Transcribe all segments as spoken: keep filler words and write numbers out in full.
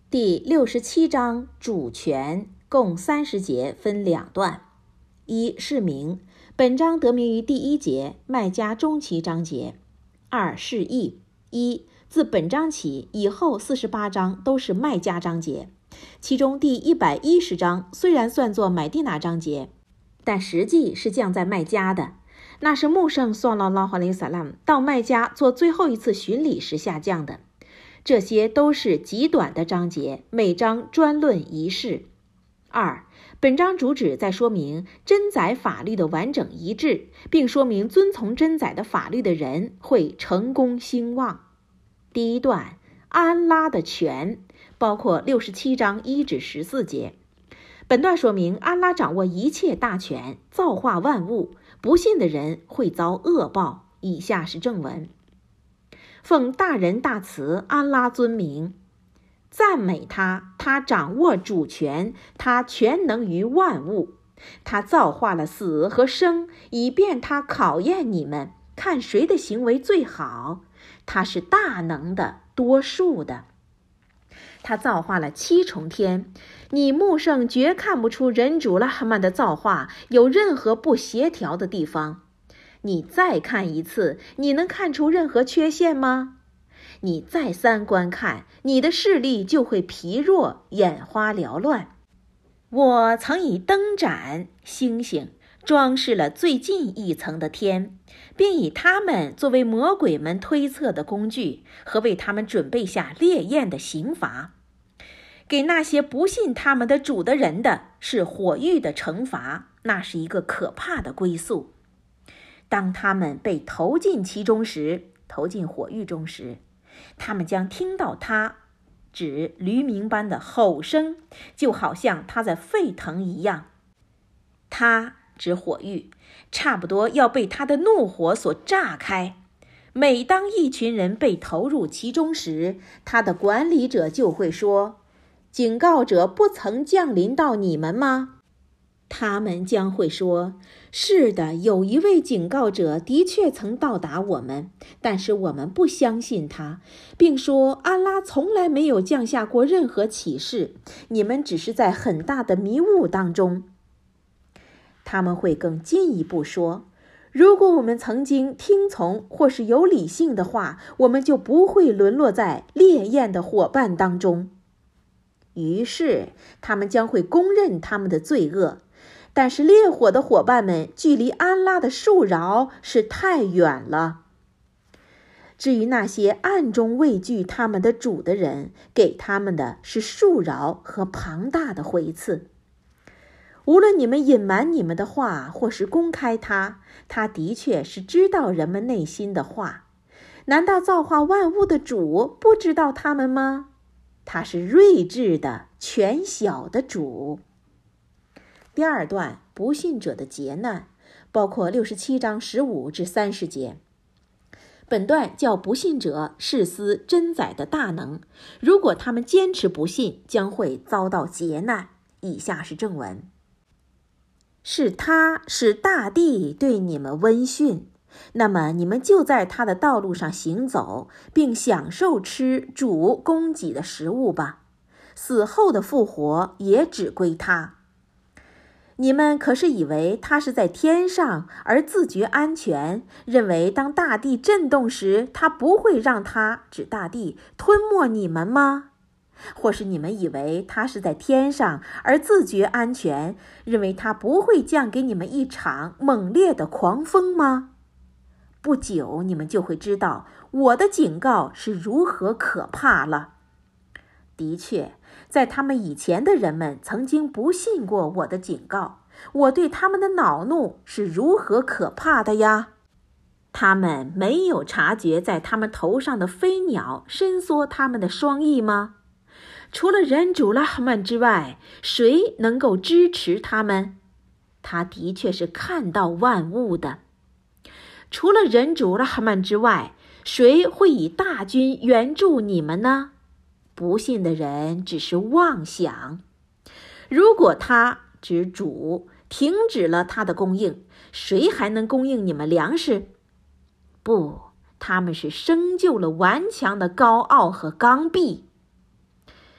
第六十七章主权，共三十节，分两段。一释名，本章得名于第一节卖家中期章节。二释义，一自本章起，以后四十八章都是卖家章节，其中第一百一十章虽然算作买地那章节，但实际是降在麦加的，那是穆圣算拉拉哈林萨拉姆到麦加做最后一次巡礼时下降的。这些都是极短的章节，每章专论一事。二，本章主旨在说明真宰法律的完整一致，并说明遵从真宰的法律的人会成功兴旺。第一段，安拉的权，包括六十七章一至十四节。本段说明安拉掌握一切大权，造化万物，不信的人会遭恶报。以下是正文。奉大仁大慈安拉尊名，赞美他，他掌握主权，他全能于万物，他造化了死和生，以便他考验你们，看谁的行为最好。他是大能的，多数的。他造化了七重天，你穆圣绝看不出人主拉哈曼的造化有任何不协调的地方。你再看一次，你能看出任何缺陷吗？你再三观看，你的视力就会疲弱，眼花缭乱。我曾以灯盏、星星装饰了最近一层的天，并以它们作为魔鬼们推测的工具，和为他们准备下烈焰的刑罚。给那些不信他们的主的人的是火狱的惩罚，那是一个可怕的归宿。当他们被投进其中时，投进火狱中时，他们将听到他指驴鸣般的吼声，就好像他在沸腾一样。他指火狱，差不多要被他的怒火所炸开。每当一群人被投入其中时，他的管理者就会说：警告者不曾降临到你们吗？他们将会说：是的，有一位警告者的确曾到达我们，但是我们不相信他，并说安拉从来没有降下过任何启示，你们只是在很大的迷雾当中。他们会更进一步说：如果我们曾经听从或是有理性的话，我们就不会沦落在烈焰的伙伴当中。于是他们将会公认他们的罪恶，但是烈火的伙伴们距离安拉的恕饶是太远了。至于那些暗中畏惧他们的主的人，给他们的是恕饶和庞大的回赐。无论你们隐瞒你们的话，或是公开它，他的确是知道人们内心的话。难道造化万物的主不知道他们吗？他是睿智的、全晓的主。第二段，不信者的劫难，包括六十七章十五至三十节。本段叫不信者试思真宰的大能，如果他们坚持不信，将会遭到劫难。以下是正文。是他使大地对你们温驯，那么你们就在他的道路上行走，并享受吃主供给的食物吧。死后的复活也只归他。你们可是以为他是在天上而自觉安全，认为当大地震动时，他不会让他指大地吞没你们吗？或是你们以为他是在天上而自觉安全，认为他不会降给你们一场猛烈的狂风吗？不久你们就会知道我的警告是如何可怕了。的确，在他们以前的人们曾经不信过我的警告，我对他们的恼怒是如何可怕的呀！他们没有察觉在他们头上的飞鸟伸缩他们的双翼吗？除了人主拉哈曼之外，谁能够支持他们？他的确是看到万物的。除了人主拉哈曼之外，谁会以大军援助你们呢？不信的人只是妄想。如果他指主停止了他的供应，谁还能供应你们粮食？不，他们是生就了顽强的高傲和刚愎。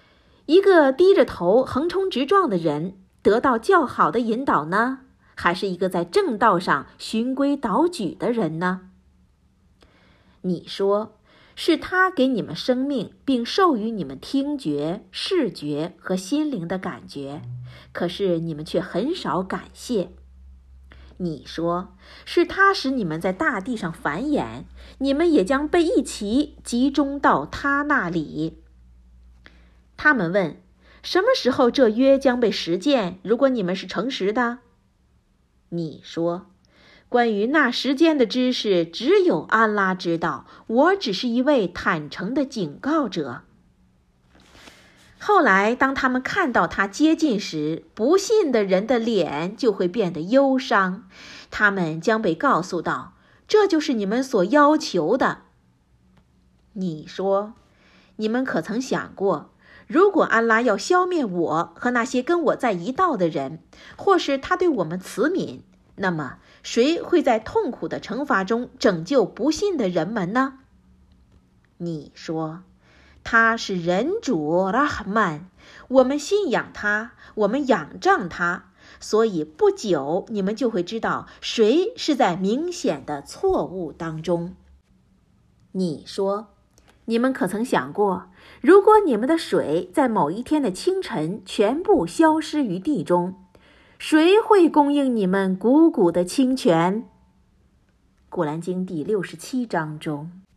一个低着头横冲直撞的人得到较好的引导呢，还是一个在正道上循规蹈矩的人呢？你说，是他给你们生命，并授予你们听觉、视觉和心灵的感觉，可是你们却很少感谢。你说，是他使你们在大地上繁衍，你们也将被一起集中到他那里。他们问，什么时候这约将被实践，如果你们是诚实的？你说，关于那时间的知识，只有安拉知道，我只是一位坦诚的警告者。后来当他们看到他接近时，不信的人的脸就会变得忧伤，他们将被告诉到，这就是你们所要求的。你说，你们可曾想过，如果安拉要消灭我和那些跟我在一道的人，或是他对我们慈悯，那么谁会在痛苦的惩罚中拯救不信的人们呢？你说，他是人主拉哈曼，我们信仰他，我们仰仗他，所以不久你们就会知道谁是在明显的错误当中。你说，你们可曾想过，如果你们的水在某一天的清晨全部消失于地中，谁会供应你们汩汩的清泉？古兰经第六十七章中。